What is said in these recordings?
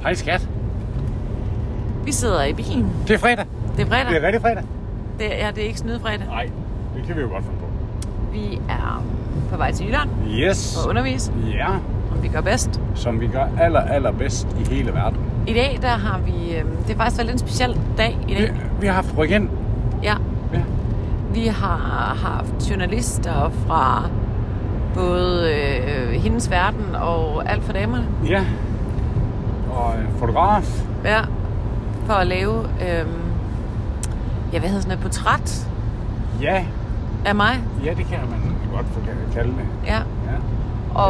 Hej skat. Vi sidder i bilen. Det er fredag. Det er fredag. Det er rigtig fredag. Det er ikke snydefredag. Nej, det kan vi jo godt finde på. Vi er på vej til Jylland Yes. og undervise, Ja, om vi gør bedst. som vi gør allerbedst i hele verden. I dag, der har vi... Det er faktisk været lidt en speciel dag i dag. Vi har haft ryk ind. Ja. Ja. Vi har haft journalister fra både Hendes Verden og Alt for damerne. Ja. Og fotograf. Ja. For at lave... hvad hedder sådan et portræt Ja. af mig. Ja, det kan man godt kalde det. Ja. Ja.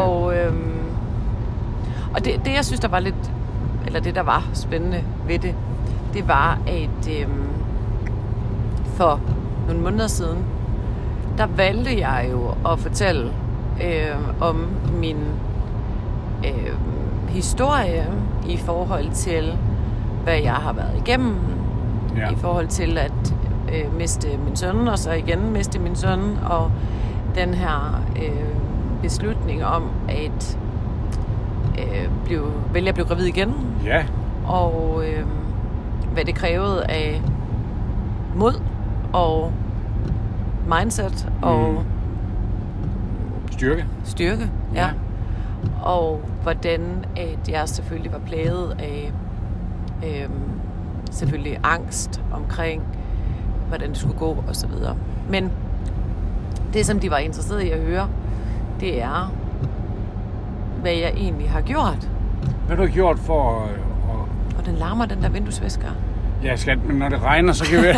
Og det jeg synes, der var lidt... Eller det, der var spændende ved det, det var, at for nogle måneder siden, der valgte jeg jo at fortælle om min historie i forhold til, hvad jeg har været igennem, Ja. i forhold til at miste min søn, og så igen miste min søn, og den her beslutning om at vælge at blive gravid igen, Ja. og hvad det krævede af mod og mindset og Styrke. ja. Og hvordan at jeg selvfølgelig var plaget af selvfølgelig angst omkring hvordan det skulle gå og så videre. Men det som de var interesseret i at høre, det er hvad jeg egentlig har gjort. Hvad har du gjort for at... Og den larmer, den der vinduesvisker. Ja, skat, men når det regner, så kan vi...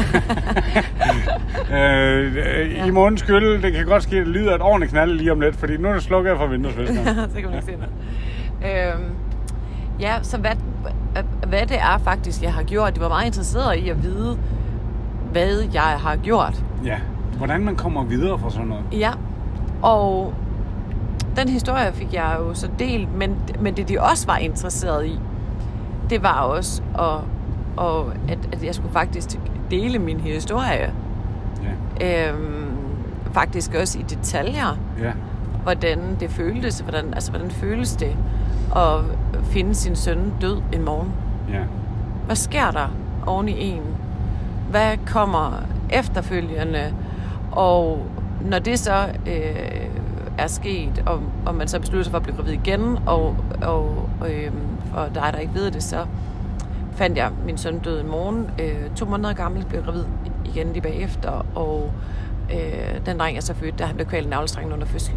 I må undskylde, det kan godt ske, at det lyder et ordentligt knald lige om lidt, fordi nu er det slukket for vinduesviskeren. Så kan man ikke se noget. Ja, så hvad det er faktisk, jeg har gjort. De var meget interesserede i at vide, hvad jeg har gjort. Ja, hvordan man kommer videre fra sådan noget. Ja, og den historie fik jeg jo så delt, men det de også var interesseret i, det var også, at jeg skulle faktisk dele min historie. Ja. Faktisk også i detaljer. Ja. Hvordan det føltes, hvordan føles det at finde sin søn død en morgen. Ja. Hvad sker der oven i en? Hvad kommer efterfølgende? Og når det så er sket, og man så beslutter sig for at blive gravid igen, og for dig, der ikke ved det, så fandt jeg min søn død en morgen. 2 måneder gammel, blev gravid igen lige bagefter, og den dreng jeg så fødte, der han blev kvalt navlestrengen under fødslen.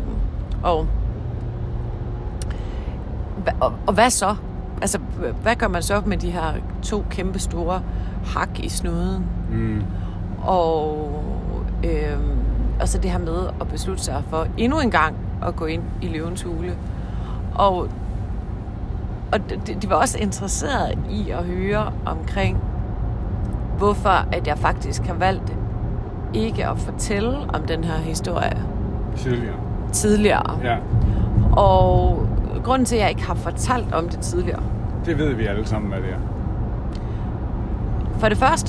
Og hvad så? Altså, hvad gør man så med de her 2 kæmpe store hak i snuden? Og så det her med at beslutte sig for endnu en gang at gå ind i løvens hule. Og de var også interesserede i at høre omkring, hvorfor at jeg faktisk har valgt ikke at fortælle om den her historie tidligere. Ja. Og grunden til, at jeg ikke har fortalt om det tidligere, Det ved vi alle sammen, hvad det er. for det første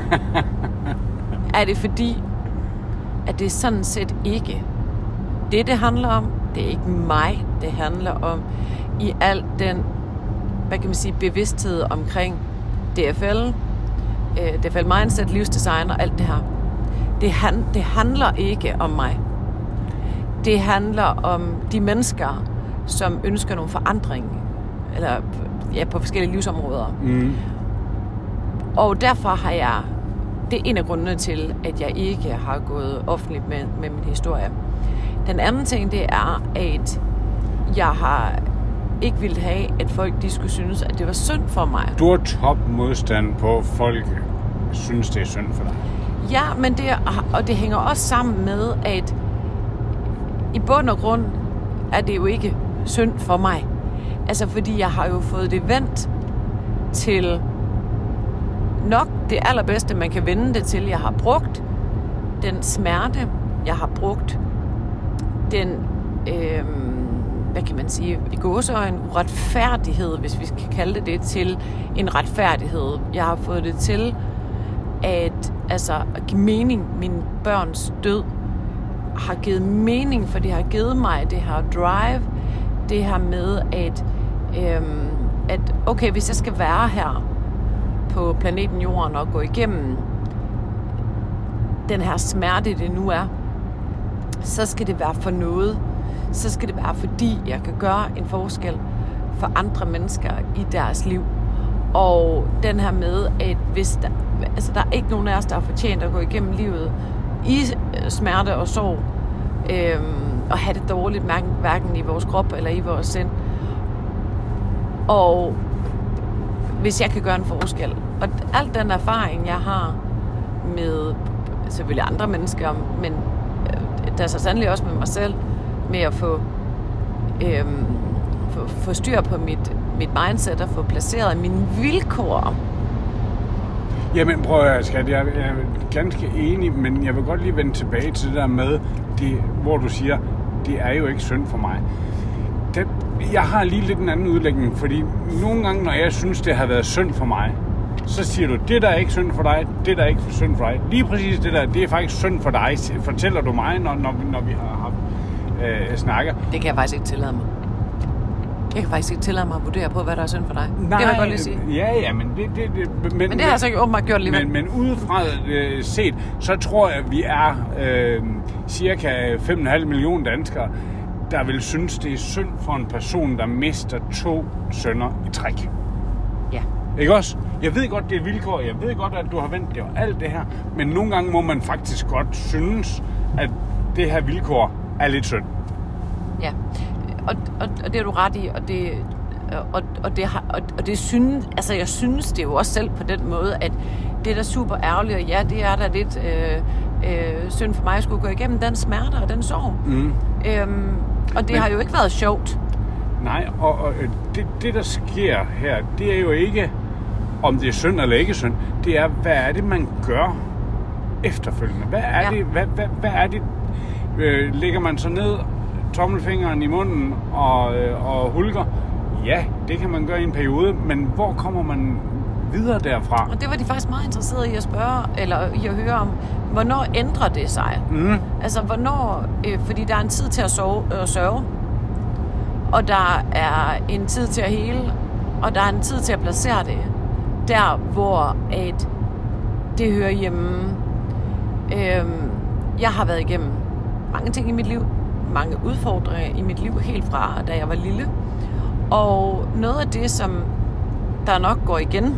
er det fordi, at det er sådan set ikke det handler om. Det er ikke mig, det handler om i al den, hvad kan man sige, bevidsthed omkring DFL, DFL Mindset, livsdesign og alt det her. Det handler ikke om mig. Det handler om de mennesker, som ønsker nogle forandring, eller ja, på forskellige livsområder. Og derfor har jeg, det er en af grundene til, at jeg ikke har gået offentligt med min historie. Den anden ting, det er, at jeg har ikke ville have, at folk de skulle synes, at det var synd for mig. Du har topmodstand på, at folk synes, det er synd for dig. Ja, men det hænger også sammen med, at i bund og grund er det jo ikke synd for mig. Altså, fordi jeg har jo fået det vendt til nok det allerbedste, man kan vende det til. Jeg har brugt den smerte, jeg har brugt den, hvad kan man sige, i gåseøjne, uretfærdighed, hvis vi kan kalde det til en retfærdighed. Jeg har fået det til at give mening. Min børns død har givet mening, for det har givet mig det her drive, det her med at at okay, hvis jeg skal være her på planeten Jorden og gå igennem den her smerte, det nu er, så skal det være for noget. Så skal det være, fordi jeg kan gøre en forskel for andre mennesker i deres liv. Og den her med, at hvis der er ikke nogen af os, der har fortjent at gå igennem livet i smerte og sorg, og have det dårligt, hverken i vores krop eller i vores sind. Og hvis jeg kan gøre en forskel, og al den erfaring, jeg har med selvfølgelig andre mennesker, men der er så sandelig også med mig selv, med at få styr på mit mindset og få placeret mine vilkår. Jamen prøv at høre, skat, jeg er ganske enig, men jeg vil godt lige vende tilbage til det der med, hvor du siger, det er jo ikke synd for mig. Jeg har lige lidt en anden udlægning, fordi nogle gange, når jeg synes, det har været synd for mig, så siger du, det der er ikke synd for dig, det der er ikke synd for dig. Lige præcis det der, det er faktisk synd for dig, fortæller du mig, når vi har haft snakker. Det kan jeg faktisk ikke tillade mig. Jeg kan faktisk ikke tillade mig at vurdere på, hvad der er synd for dig. Nej, det vil jeg godt lige sige. Ja, men men det har jeg så ikke åbenbart gjort alligevel. Men udefra set, så tror jeg, at vi er cirka 5,5 millioner danskere, der vil synes, det er synd for en person, der mister 2 sønner i træk. Ja. Ikke også? Jeg ved godt, det er vilkår. Jeg ved godt, at du har vendt det og alt det her. Men nogle gange må man faktisk godt synes, at det her vilkår er lidt synd. Ja. Og det er du ret i, og det synes, altså jeg synes det jo også selv på den måde, at det er da super ærgerligt, og ja, det er da lidt synd for mig at skulle gå igennem den smerte og den sorg. Og det har jo ikke været sjovt. Nej, og det der sker her, det er jo ikke, om det er synd eller ikke synd. Det er, hvad er det, man gør efterfølgende? Hvad er det? Lægger man så ned, tommelfingeren i munden og hulker? Ja, det kan man gøre i en periode, men hvor kommer man videre derfra? Og det var de faktisk meget interesserede i at spørge, eller i at høre om, hvornår ændrer det sig? Altså, hvornår, fordi der er en tid til at sørge, og der er en tid til at hele, og der er en tid til at placere det, der hvor det hører hjemme. Jeg har været igennem mange ting i mit liv, mange udfordringer i mit liv, helt fra da jeg var lille. Og noget af det, som der nok går igen,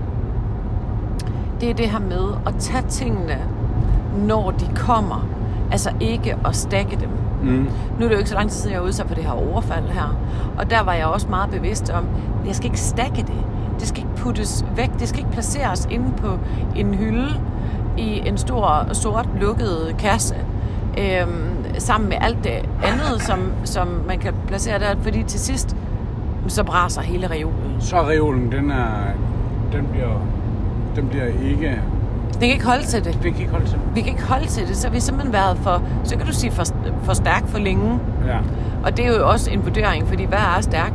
det er det her med at tage tingene, når de kommer. Altså ikke at stakke dem. Nu er det jo ikke så lang tid siden, jeg er udsat for det her overfald her. Og der var jeg også meget bevidst om, at jeg skal ikke stakke det. Det skal ikke puttes væk. Det skal ikke placeres inde på en hylde i en stor, sort, lukket kasse. Sammen med alt det andet, som man kan placere der. Fordi til sidst, så braser hele reolen. Så reolen, den bliver ikke... Den kan ikke holde til det. Den kan ikke holde til det. Vi kan ikke holde til det, så vi simpelthen været så kan du sige for stærk for længe. Ja. Og det er jo også en vurdering, fordi hvad er stærk?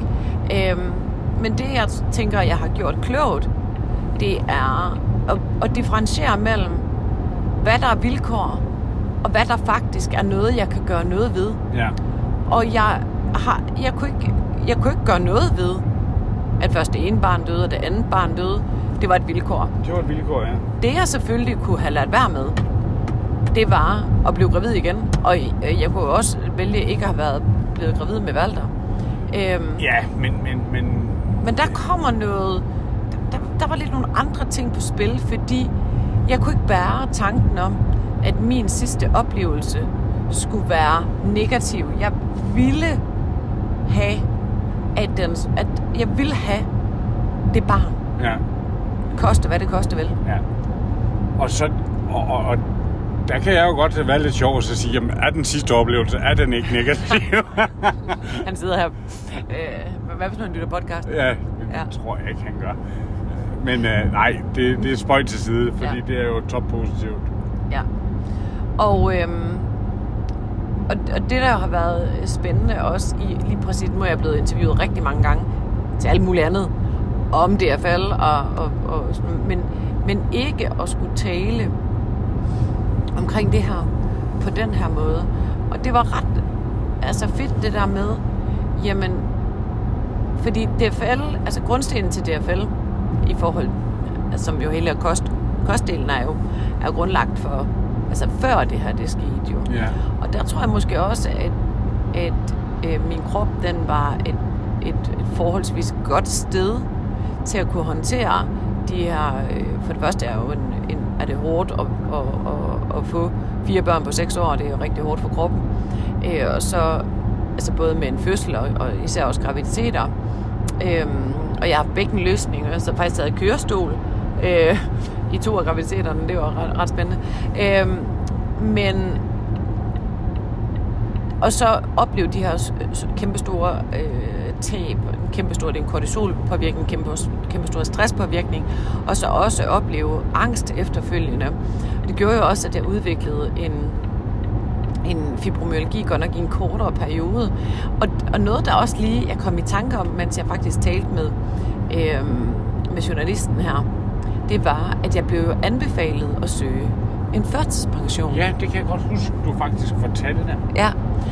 Men det, jeg tænker, jeg har gjort klogt, det er at differentiere mellem, hvad der er vilkår, og hvad der faktisk er noget, jeg kan gøre noget ved. Ja. Og jeg kunne ikke gøre noget ved, at først det ene barn døde, og det andet barn døde. Det var et vilkår. Det var et vilkår, ja. Det, jeg selvfølgelig kunne have ladt være med, det var at blive gravid igen. Og jeg kunne også vælge ikke at have været blevet gravid med Walter. Ja, men der kommer noget... Der var lidt nogle andre ting på spil, fordi jeg kunne ikke bære tanken om, at min sidste oplevelse skulle være negativ. Jeg ville have, at jeg ville have det barn. Ja. Koste, hvad det koste vel. Ja. Og så... Og der kan jeg jo godt være lidt sjov og så sige, jamen, er den sidste oplevelse, er den ikke negativ? Han sidder her... hvad hvis man lytter podcast? Ja, det tror jeg ikke, han gør. Men nej, det er spøjt til side, fordi det er jo top-positivt. Ja. Og det, der har været spændende også i lige præcis, nu er jeg blevet interviewet rigtig mange gange til alt muligt andet om DFL, men ikke at skulle tale omkring det her på den her måde. Og det var ret fedt det der med, jamen, Fordi DFL, altså grundstenen til DFL, i forhold, altså, som jo hele kostdelen er grundlagt for, altså før det her, det skete jo. Ja. Og der tror jeg måske også, at min krop, den var et forholdsvis godt sted til at kunne håndtere de her, for det første er jo er det hårdt at få 4 børn på 6 år, det er jo rigtig hårdt for kroppen. Og så, altså både med en fødsel og især også graviditeter. Og jeg har haft bækkenløsning, og så faktisk taget kørestol i 2 af graviditeterne, det var ret spændende. Og så opleve de her kæmpestore tab, det er en kortisolpåvirkning, kæmpestor stresspåvirkning, og så også opleve angst efterfølgende. Det gjorde jo også, at jeg udviklede en fibromyalgi godt nok i en kortere periode. Og noget, der også lige jeg kom i tanke om, mens jeg faktisk talte med journalisten her, det var, at jeg blev anbefalet at søge en førtidspension. Ja, det kan jeg godt huske, du faktisk fortalte det. Ja,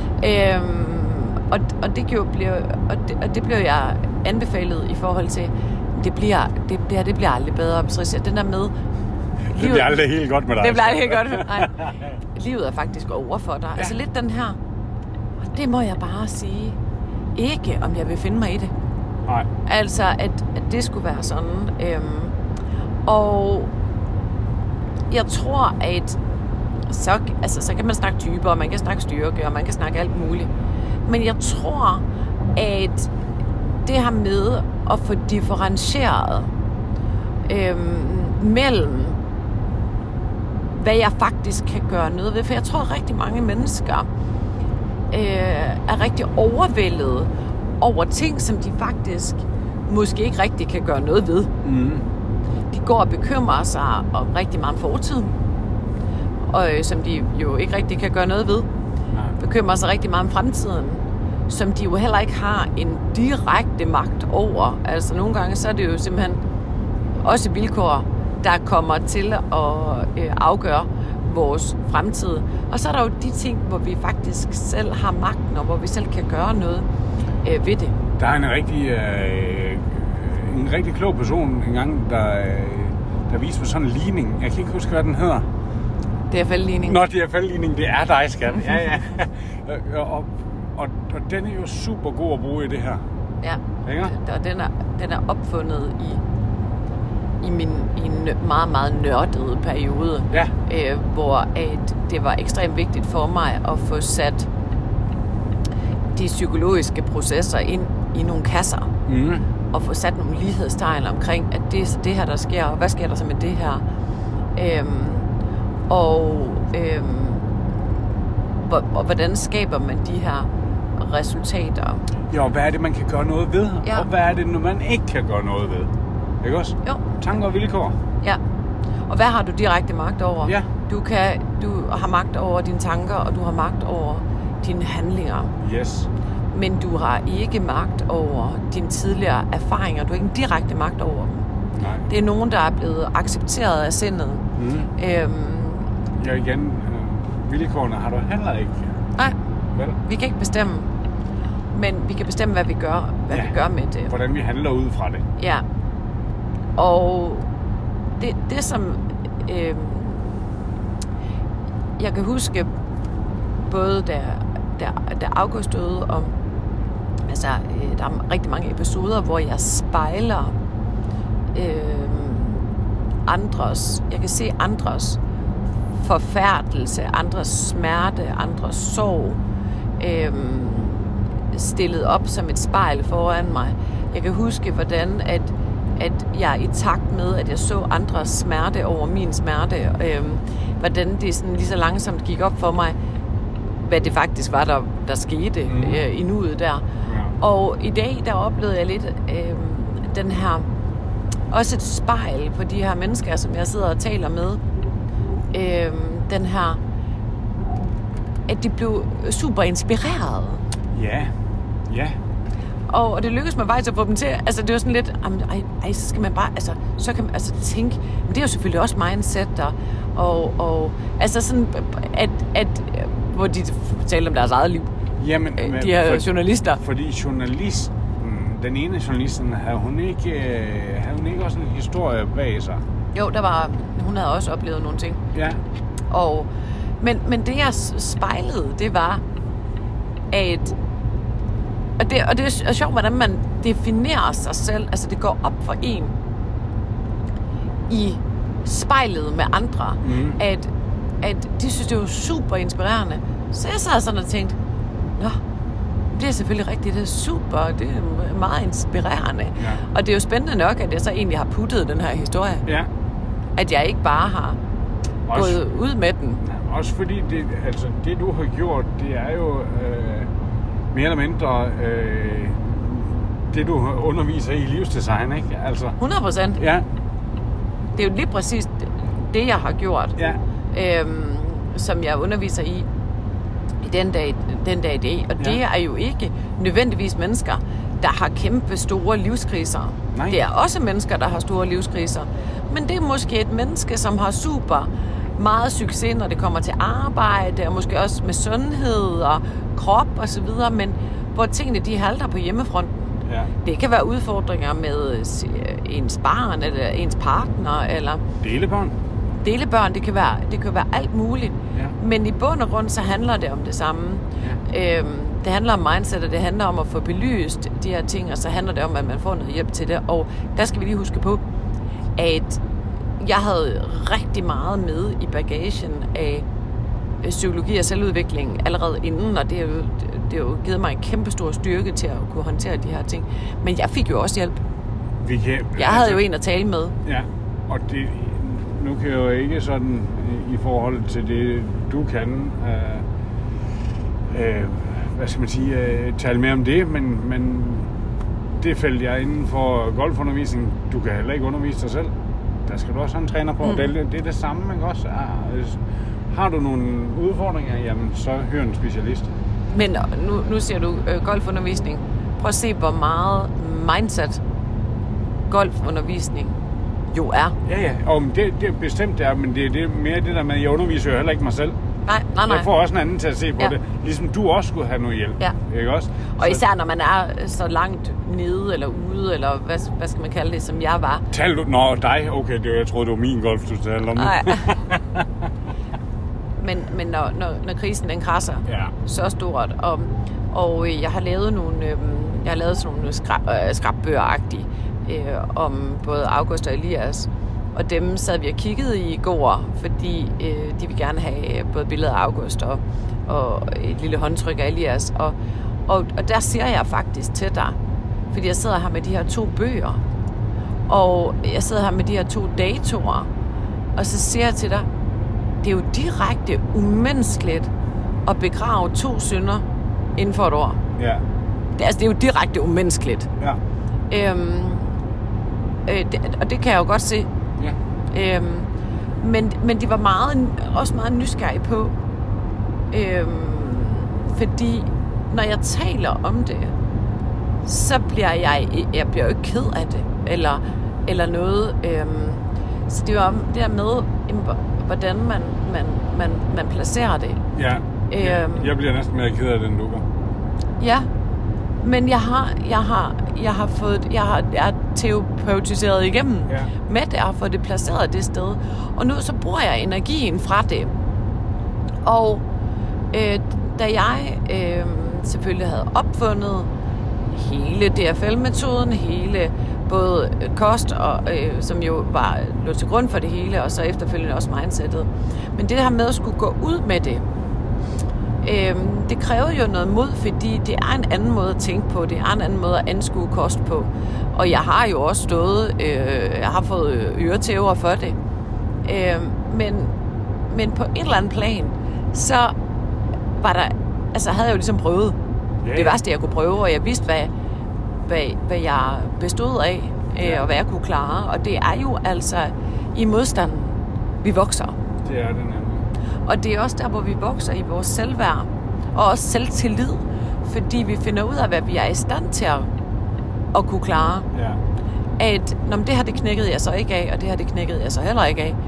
og det blev jeg anbefalet i forhold til, det bliver aldrig bedre, Patricia. Den der med... Det bliver aldrig helt godt med dig. Det bliver aldrig helt godt. Nej. Livet er faktisk over for dig. Ja. Altså lidt den her, og det må jeg bare sige, ikke om jeg vil finde mig i det. Nej. Altså, at det skulle være sådan. Og jeg tror, at så kan man snakke typer, og man kan snakke styrke, og man kan snakke alt muligt. Men jeg tror, at det her med at få differentieret mellem, hvad jeg faktisk kan gøre noget ved. For jeg tror, at rigtig mange mennesker er rigtig overvældet over ting, som de faktisk måske ikke rigtig kan gøre noget ved. Mm. De går og bekymrer sig om rigtig meget om fortiden, og som de jo ikke rigtig kan gøre noget ved. Bekymrer sig rigtig meget om fremtiden, som de jo heller ikke har en direkte magt over. Altså nogle gange, så er det jo simpelthen også vilkår, der kommer til at afgøre vores fremtid. Og så er der jo de ting, hvor vi faktisk selv har magten, og hvor vi selv kan gøre noget ved det. Der er en rigtig klog person engang, der viste mig sådan en ligning. Jeg kan ikke huske, hvad den hedder. DFL-ligning. Nå, DFL-ligning, det er dig, skat. Ja. Og den er jo super god at bruge i det her. Ja, ikke? Og den er opfundet i en meget, meget nørdet periode, ja. Hvor det var ekstremt vigtigt for mig at få sat de psykologiske processer ind i nogle kasser, og få sat nogle lighedstegn omkring, at det her, der sker, og hvad sker der så med det her? Og hvordan skaber man de her resultater? Ja, og hvad er det, man kan gøre noget ved? Ja. Og hvad er det, man ikke kan gøre noget ved? Ikke også? Jo. Tanker og vilkår. Ja. Og hvad har du direkte magt over? Ja. Du har magt over dine tanker, og du har magt over dine handlinger. Yes. Men du har ikke magt over dine tidligere erfaringer. Du har ikke en direkte magt over dem. Nej. Det er nogen, der er blevet accepteret af sindet. Ja, igen. Vilkårene har du heller ikke. Nej. Vel? Vi kan ikke bestemme. Men vi kan bestemme, hvad vi gør. Vi gør med det. Hvordan vi handler ud fra det. Ja. Og det som jeg kan huske, både da August døde, og altså, der er rigtig mange episoder, hvor jeg spejler jeg kan se andres forfærdelse, andres smerte, andres sorg, stillet op som et spejl foran mig. Jeg kan huske, hvordan at jeg i takt med, at jeg så andres smerte over min smerte, hvordan det sådan lige så langsomt gik op for mig, hvad det faktisk var, der skete i nuet der. Ja. Og i dag, der oplevede jeg lidt den her, også et spejl for de her mennesker, som jeg sidder og taler med. Den her, at de blev super inspireret. Ja, ja. Og det lykkedes mig faktisk at få dem til, altså det var sådan lidt, så skal man bare, altså, så kan man altså tænke, men det er jo selvfølgelig også mindset der, og altså sådan, at hvor de talte om deres eget liv, jamen, de her journalister. Fordi journalisten den ene journalist, havde hun ikke også en historie bag sig? Jo, hun havde også oplevet nogle ting. Ja. Men det jeg spejlede, det var, at og det er sjovt, hvordan man definerer sig selv. Altså det går op for en i spejlet med andre, at de synes, det var super inspirerende. Så jeg sad sådan og tænkte, nå, det er selvfølgelig rigtigt, det er super, det er meget inspirerende. Ja. Og det er jo spændende nok, at jeg så egentlig har puttet den her historie. Ja. At jeg ikke bare har gået ud med den. Også fordi det du har gjort, det er jo mere eller mindre det du underviser i livsdesign, ikke? Altså 100%. Ja. Det er jo lige præcis det, jeg har gjort. Ja. Som jeg underviser i den dag i dag. Og det er jo ikke nødvendigvis mennesker, der har kæmpe store livskriser. Nej. Det er også mennesker, der har store livskriser. Men det er måske et menneske, som har super meget succes, når det kommer til arbejde, og måske også med sundhed og krop og så videre, men hvor tingene de halter på hjemmefronten. Ja. Det kan være udfordringer med ens barn, eller ens partner, eller delebørn, det kan være alt muligt. Ja. Men i bund og grund, så handler det om det samme. Ja. Det handler om mindset, og det handler om at få belyst de her ting, og så handler det om, at man får noget hjælp til det. Og der skal vi lige huske på, at jeg havde rigtig meget med i bagagen af psykologi og selvudvikling allerede inden, og det har jo givet mig en kæmpe stor styrke til at kunne håndtere de her ting. Men jeg fik jo også hjælp. Jeg havde jo en at tale med. Ja, og det, nu kan jeg jo ikke sådan i forhold til det, du kan, hvad skal man sige, tale mere om det, men det felt jeg inden for golfundervisning. Du kan heller ikke undervise dig selv. Der skal du også have en træner på. Det er det samme, man også er. Har du nogle udfordringer, jamen så hør en specialist. Men nu siger du golfundervisning. Prøv at se, hvor meget mindset golfundervisning jo er. Ja. Og det bestemt er, men det er mere det der med, at jeg underviser jo heller ikke mig selv. Nej. Jeg får også en anden til at se på det. Ligesom du også skulle have noget hjælp. Ja. Ikke også? Og især når man er så langt nede eller ude, eller hvad skal man kalde det, som jeg var. Taler du? Nå, dig? Okay, jeg troede, det var min golf, du talte om. Nej. Men når krisen den krasser så stort, og jeg har lavet sådan nogle skrabbøger-agtige om både August og Elias, og dem sad vi og kiggede i går, fordi de vil gerne have både billeder af August og et lille håndtryk af Elias, og der siger jeg faktisk til dig, fordi jeg sidder her med de her 2 bøger, og jeg sidder her med de her 2 datoer, og så siger jeg til dig, det er jo direkte umenneskeligt at begrave 2 synder inden for et år. Ja. Det er jo direkte umenneskeligt. Ja. Og det kan jeg jo godt se. Ja. Men de var også meget nysgerrige på, fordi når jeg taler om det, så bliver jeg bliver jo ikke ked af det, eller noget. Så det var det der med, hvordan man placerer det. Ja, jeg bliver næsten mere ked af det, end du gør. Ja, men jeg har terapeutiseret igennem med det, og har fået det placeret det sted. Og nu så bruger jeg energien fra det. Og da jeg selvfølgelig havde opfundet hele DFL-metoden, hele både kost, og, som jo lå til grund for det hele, og så efterfølgende også mindsetet. Men det her med at skulle gå ud med det, det kræver jo noget mod, fordi det er en anden måde at tænke på, det er en anden måde at anskue kost på. Og jeg har jo også stået, jeg har fået øretæver for det. Men på et eller andet plan, så var der, altså havde jeg jo ligesom prøvet det værste, jeg kunne prøve, og jeg vidste, hvad jeg bestod af, og hvad jeg kunne klare. Og det er jo altså i modstanden, vi vokser. Det er det nemlig. Og det er også der, hvor vi vokser i vores selvværd, og også selvtillid, fordi vi finder ud af, hvad vi er i stand til at kunne klare. Ja. At det her, det knækkede jeg så ikke af, og det her, det knækkede jeg så heller ikke af.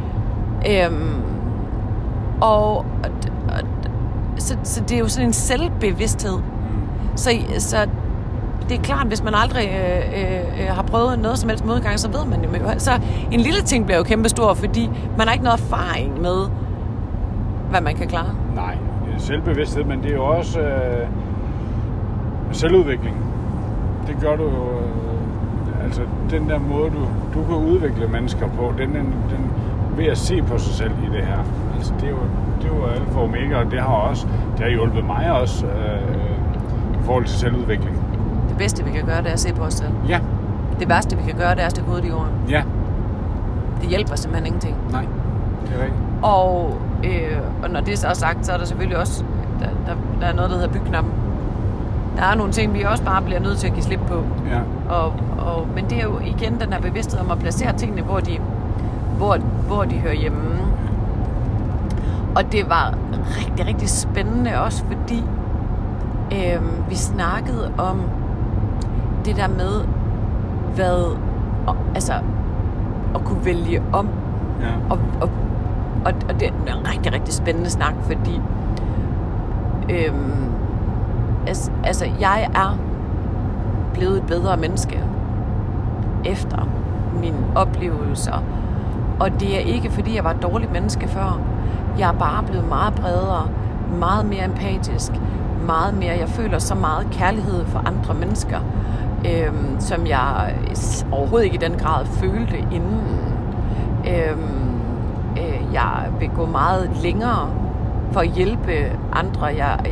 Så det er jo sådan en selvbevidsthed. Så det er klart, hvis man aldrig har prøvet noget som helst modgang, så ved man jo. Så en lille ting bliver jo kæmpestor, fordi man har ikke noget erfaring med, hvad man kan klare. Nej, det er selvbevidsthed, men det er jo også selvudvikling. Det gør du jo. Altså den der måde, du kan udvikle mennesker på, den ved at se på sig selv i det her. Altså det er jo alfa og omega, og det har hjulpet mig også i forhold til selvudvikling. Det bedste, vi kan gøre, det er at se på os selv. Ja. Det værste, vi kan gøre, det er at stikke hovedet i jorden. Ja. Det hjælper simpelthen ingenting. Nej, det er rigtigt. Og når det så er sagt, så er der selvfølgelig også, der er noget, der hedder bygknappen. Der er nogle ting, vi også bare bliver nødt til at give slip på. Ja. Men det er jo igen den her bevidsthed om at placere tingene, hvor de hører hjemme. Og det var rigtig, rigtig spændende også, fordi vi snakkede om det der med, at kunne vælge om. Ja. Og det er en rigtig, rigtig spændende snak, fordi jeg er blevet et bedre menneske efter mine oplevelser. Og det er ikke, fordi jeg var et dårligt menneske før. Jeg er bare blevet meget bredere, meget mere empatisk, meget mere. Jeg føler så meget kærlighed for andre mennesker, som jeg overhovedet ikke i den grad følte inden. Jeg vil gå meget længere for at hjælpe andre.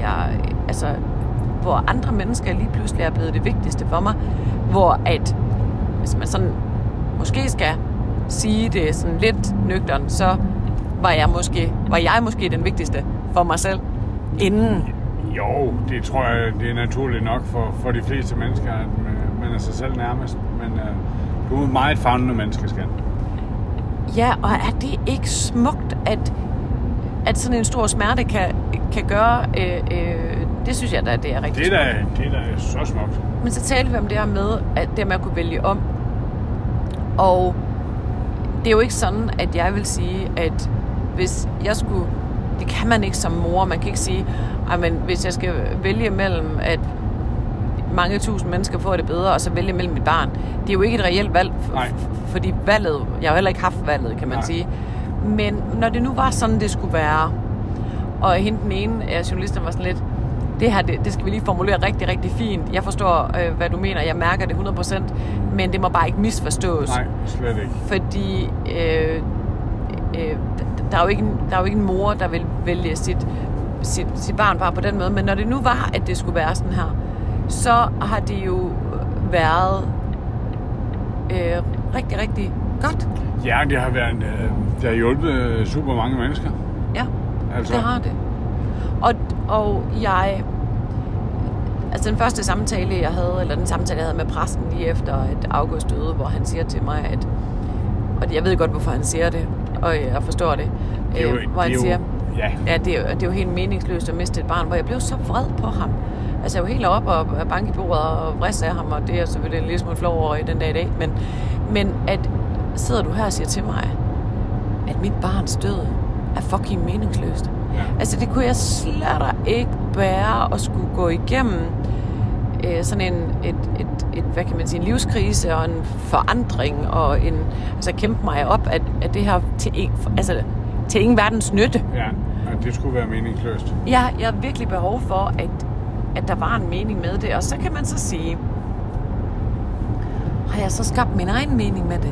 Hvor andre mennesker lige pludselig er blevet det vigtigste for mig. Hvor at, hvis man sådan måske skal sige det sådan lidt nøgtern, så var jeg måske den vigtigste for mig selv inden. Jo, det tror jeg, det er naturligt nok for de fleste mennesker, at man er sig selv nærmest. Men du er et meget favnende menneske, Skat. Ja, og er det ikke smukt, at sådan en stor smerte kan gøre... det synes jeg da, det er rigtig smukt. Det er da så smukt. Men så talte vi om det her med, at det med at kunne vælge om. Og det er jo ikke sådan, at jeg vil sige, at hvis jeg skulle... Det kan man ikke som mor. Man kan ikke sige, men hvis jeg skal vælge mellem, at mange tusind mennesker får det bedre, og så vælge mellem mit barn. Det er jo ikke et reelt valg, fordi valget... Jeg har heller ikke haft valget, kan man sige. Men når det nu var sådan, det skulle være, og hende den ene af journalisterne var sådan lidt, det her, det skal vi lige formulere rigtig, rigtig fint. Jeg forstår, hvad du mener. Jeg mærker det 100%, men det må bare ikke misforstås. Nej, slet ikke. Fordi der er jo ikke en mor, der vil vælge sit barn bare på den måde. Men når det nu var, at det skulle være sådan her, så har det jo været rigtig, rigtig godt. Ja, det har hjulpet super mange mennesker. Ja, altså. Det har det. Og jeg... Altså den første samtale, jeg havde med præsten lige efter, at August døde, hvor han siger til mig, at... Og jeg ved godt, hvorfor han siger det, og jeg forstår det. Hvor han siger... Ja, det er jo helt meningsløst at miste et barn, hvor jeg blev så vred på ham. Altså jeg var helt oppe og banke i bordet og vriste af ham, og det er selvfølgelig en lille smule flov over i den dag i dag. Men at sidder du her og siger til mig, at mit barns død er fucking meningsløst. Ja. Altså det kunne jeg slet ikke bære at skulle gå igennem sådan et hvad kan man sige, en livskrise og en forandring og kæmpe mig op at det her til ingen verdens nytte. Ja, og det skulle være meningsløst. Ja, jeg har virkelig behov for at der var en mening med det, og så kan man så sige, har jeg så skabt min egen mening med det?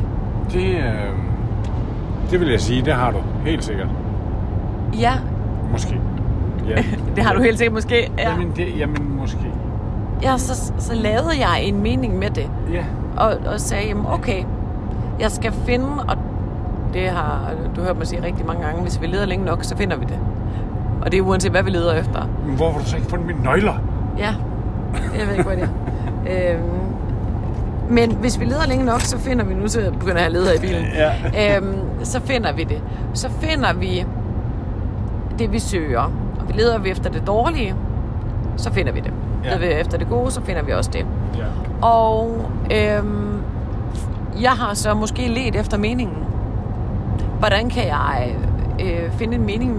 Det vil jeg sige, det har du helt sikkert. Ja. Måske. Ja. Det har du helt sikkert måske. Ja. Jamen måske. Ja, så lavede jeg en mening med det. Ja. Og sagde, jamen okay, jeg skal finde, og det har du hørt mig sige rigtig mange gange, hvis vi leder længe nok, så finder vi det. Og det er uanset, hvad vi leder efter. Men hvor har du så ikke fundet mine nøgler? Ja, jeg ved ikke, hvad det er. Men hvis vi leder længe nok, så finder vi, nu så begynder jeg at lede her i bilen, så finder vi det. Så finder vi det, vi søger. Og vi leder vi efter det dårlige, så finder vi det. Leder vi efter det gode, så finder vi også det. Ja. Og jeg har så måske ledt efter meningen. Hvordan kan jeg finde en mening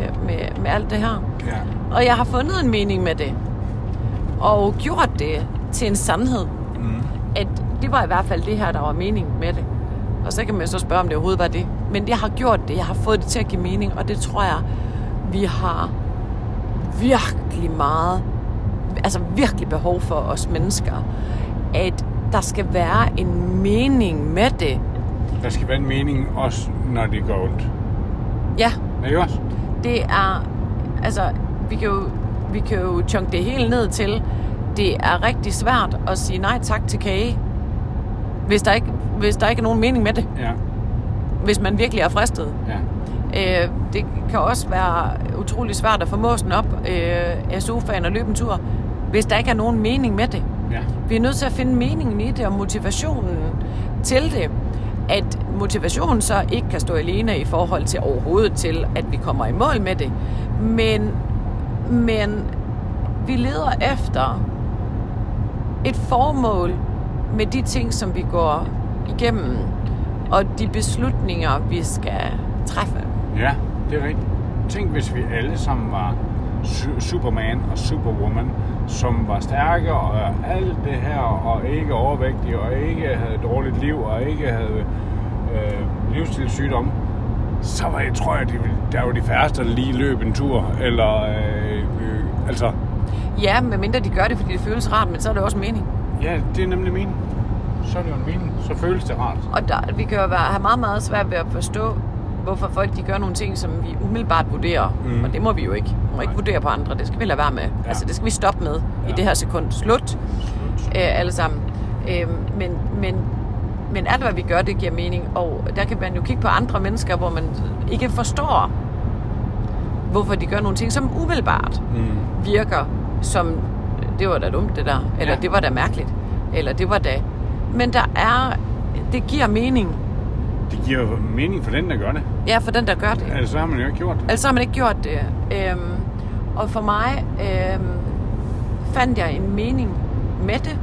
med alt det her? Ja. Og jeg har fundet en mening med det. Og gjort det til en sandhed. At det var i hvert fald det her, der var meningen med det. Og så kan man så spørge, om det overhovedet var det. Men jeg har gjort det. Jeg har fået det til at give mening. Og det tror jeg, vi har virkelig meget, altså virkelig behov for os mennesker. At der skal være en mening med det. Der skal være en mening også, når det går ondt. Ja. Ikke også? Det er, altså, vi kan jo chunke det hele ned til, det er rigtig svært at sige nej tak til kage, hvis der ikke er nogen mening med det. Ja. Hvis man virkelig er fristet. Ja. Det kan også være utrolig svært at få måsen op af sofaen og løbe en tur, hvis der ikke er nogen mening med det. Ja. Vi er nødt til at finde meningen i det og motivationen til det. At motivationen så ikke kan stå alene i forhold til overhovedet til, at vi kommer i mål med det. Men vi leder efter et formål med de ting, som vi går igennem, og de beslutninger, vi skal træffe. Ja, det er rigtigt. Tænk, hvis vi alle sammen var Superman og Superwoman, som var stærke og alt det her, og ikke overvægtige, og ikke havde et dårligt liv, og ikke havde livsstilssygdom, så tror jeg, der var de færreste, der lige løb en tur, eller altså... Ja, medmindre de gør det, fordi det føles rart, men så er det også mening. Ja, det er nemlig mening. Så er det jo en mening. Så føles det rart. Og vi kan jo have meget, meget svært ved at forstå, hvorfor folk de gør nogle ting, som vi umiddelbart vurderer. Og det må vi jo ikke. Vi må ikke vurdere på andre. Det skal vi lade være med. Ja. Altså, det skal vi stoppe med i det her sekund. Slut. Alle sammen. Men alt, hvad vi gør, det giver mening. Og der kan man jo kigge på andre mennesker, hvor man ikke forstår, hvorfor de gør nogle ting, som umiddelbart virker som, det var da dumt det der, eller det var da mærkeligt, eller det var da... Men det giver mening. Det giver mening for den, der gør det. Ja, for den, der gør det. Altså har man jo ikke gjort det. Altså har man ikke gjort det. Og for mig fandt jeg en mening med det,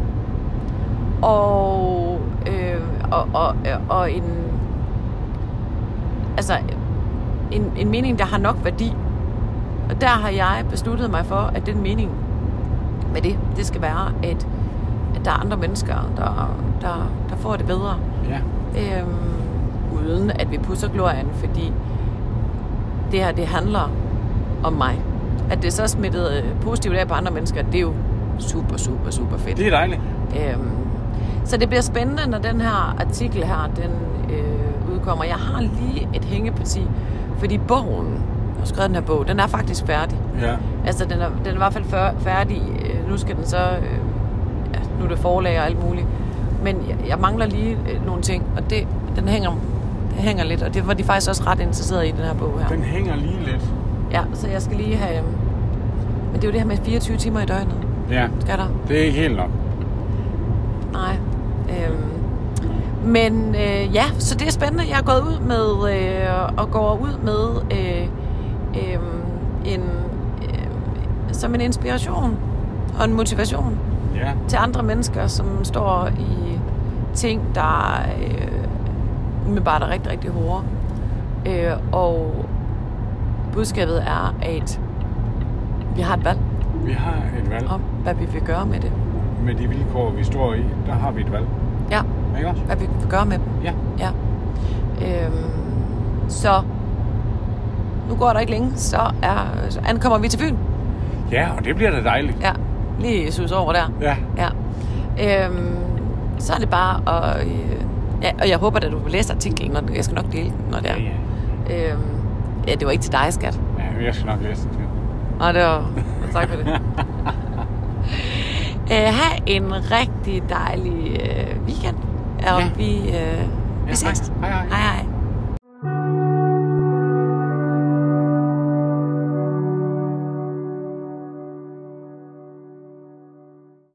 og en mening, der har nok værdi. Og der har jeg besluttet mig for, at den mening med det skal være, at der er andre mennesker, der får det bedre. Ja. Uden at vi pusser glorien, fordi det her, det handler om mig. At det så er smittet positivt af på andre mennesker, det er jo super, super, super fedt. Det er dejligt. Så det bliver spændende, når den her artikel her, den udkommer. Jeg har lige et hængeparti, fordi bogen, jeg har skrevet den her bog, den er faktisk færdig. Ja. Altså, den er i hvert fald færdig. Nu skal den så... nu er det forlag og alt muligt. Men jeg mangler lige nogle ting, og den hænger lidt, og det var de faktisk også ret interesserede i, den her bog her. Den hænger lige lidt. Ja, så jeg skal lige have... Men det er jo det her med 24 timer i døgnet. Ja, skal der? Det er ikke helt nok. Nej. Men så det er spændende. Jeg er gået ud med og går ud med som en inspiration og en motivation til andre mennesker, som står i ting, der umiddelbart er rigtig, rigtig hårde. Og budskabet er, at vi har et valg. Vi har et valg. Om, hvad vi vil gøre med det. Med de vilkår, vi står i, der har vi et valg. Ja. Ikke også? Hvad vi vil gøre med dem. Ja. Så nu går der ikke længe, så ankommer vi til Fyn. Ja, og det bliver da dejligt. Ja, lige sus over der. Ja. Så er det bare at... og jeg håber, at du vil læse artiklen, og jeg skal nok dele den, når det er. Ja. Det var ikke til dig, skat. Ja, jeg skal nok læse den til. Og det var... Tak for det. Ha' en rigtig dejlig weekend. Og vi ses. Hej. Hej.